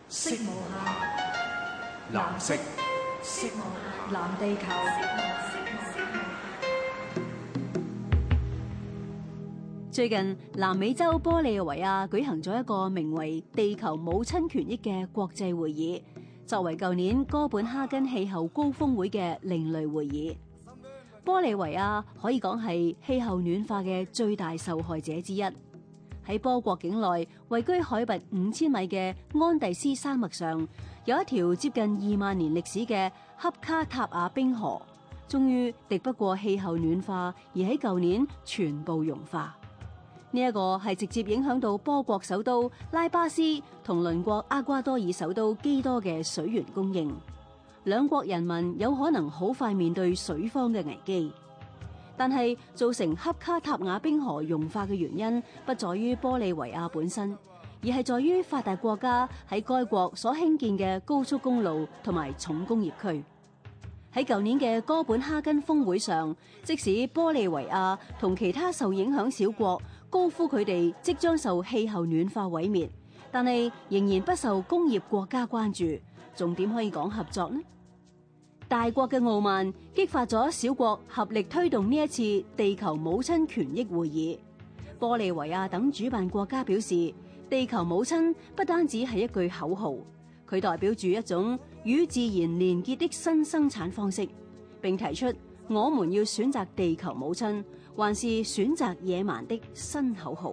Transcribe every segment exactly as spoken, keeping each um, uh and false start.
色無限， 藍色， 色無限，藍地球。 最近，南美洲玻利維亞舉行咗一個名為《地球母親權益》嘅國際會議，作為舊年哥本哈根氣候高峰會嘅另類會議。玻利維亞可以講係氣候暖化嘅最大受害者之一。喺波國境內，位居海拔五千米嘅安第斯山脈上，有一條接近二萬年歷史嘅恰卡塔瓦冰河，終於敵不過氣候暖化，而喺舊年全部融化。呢一個係直接影響到波國首都拉巴斯同鄰國厄瓜多爾首都基多嘅水源供應，兩國人民有可能好快面對水荒嘅危機。但係造成恰卡塔瓦冰河融化嘅原因，不在於玻利維亞本身，而係在於發達國家喺該國所興建嘅高速公路同埋重工業區。喺舊年嘅哥本哈根峰會上，即使玻利維亞同其他受影響小國高呼佢哋即將受氣候暖化毀滅，但係仍然不受工業國家關注，仲點可以講合作呢？大國嘅傲慢激發咗小國合力推動呢一次地球母親權益會議。玻利維亞等主辦國家表示，地球母親不單止係一句口號，佢代表住一種與自然連結的新生產方式，並提出我們要選擇地球母親，還是選擇野蠻的新口號。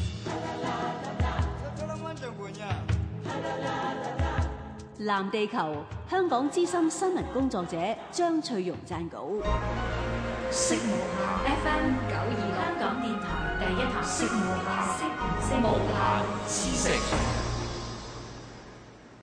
藍地球，香港資深新聞工作者張翠容撰稿。 色無限 F M 九二六香港電台第一台，色無限，色無限知識。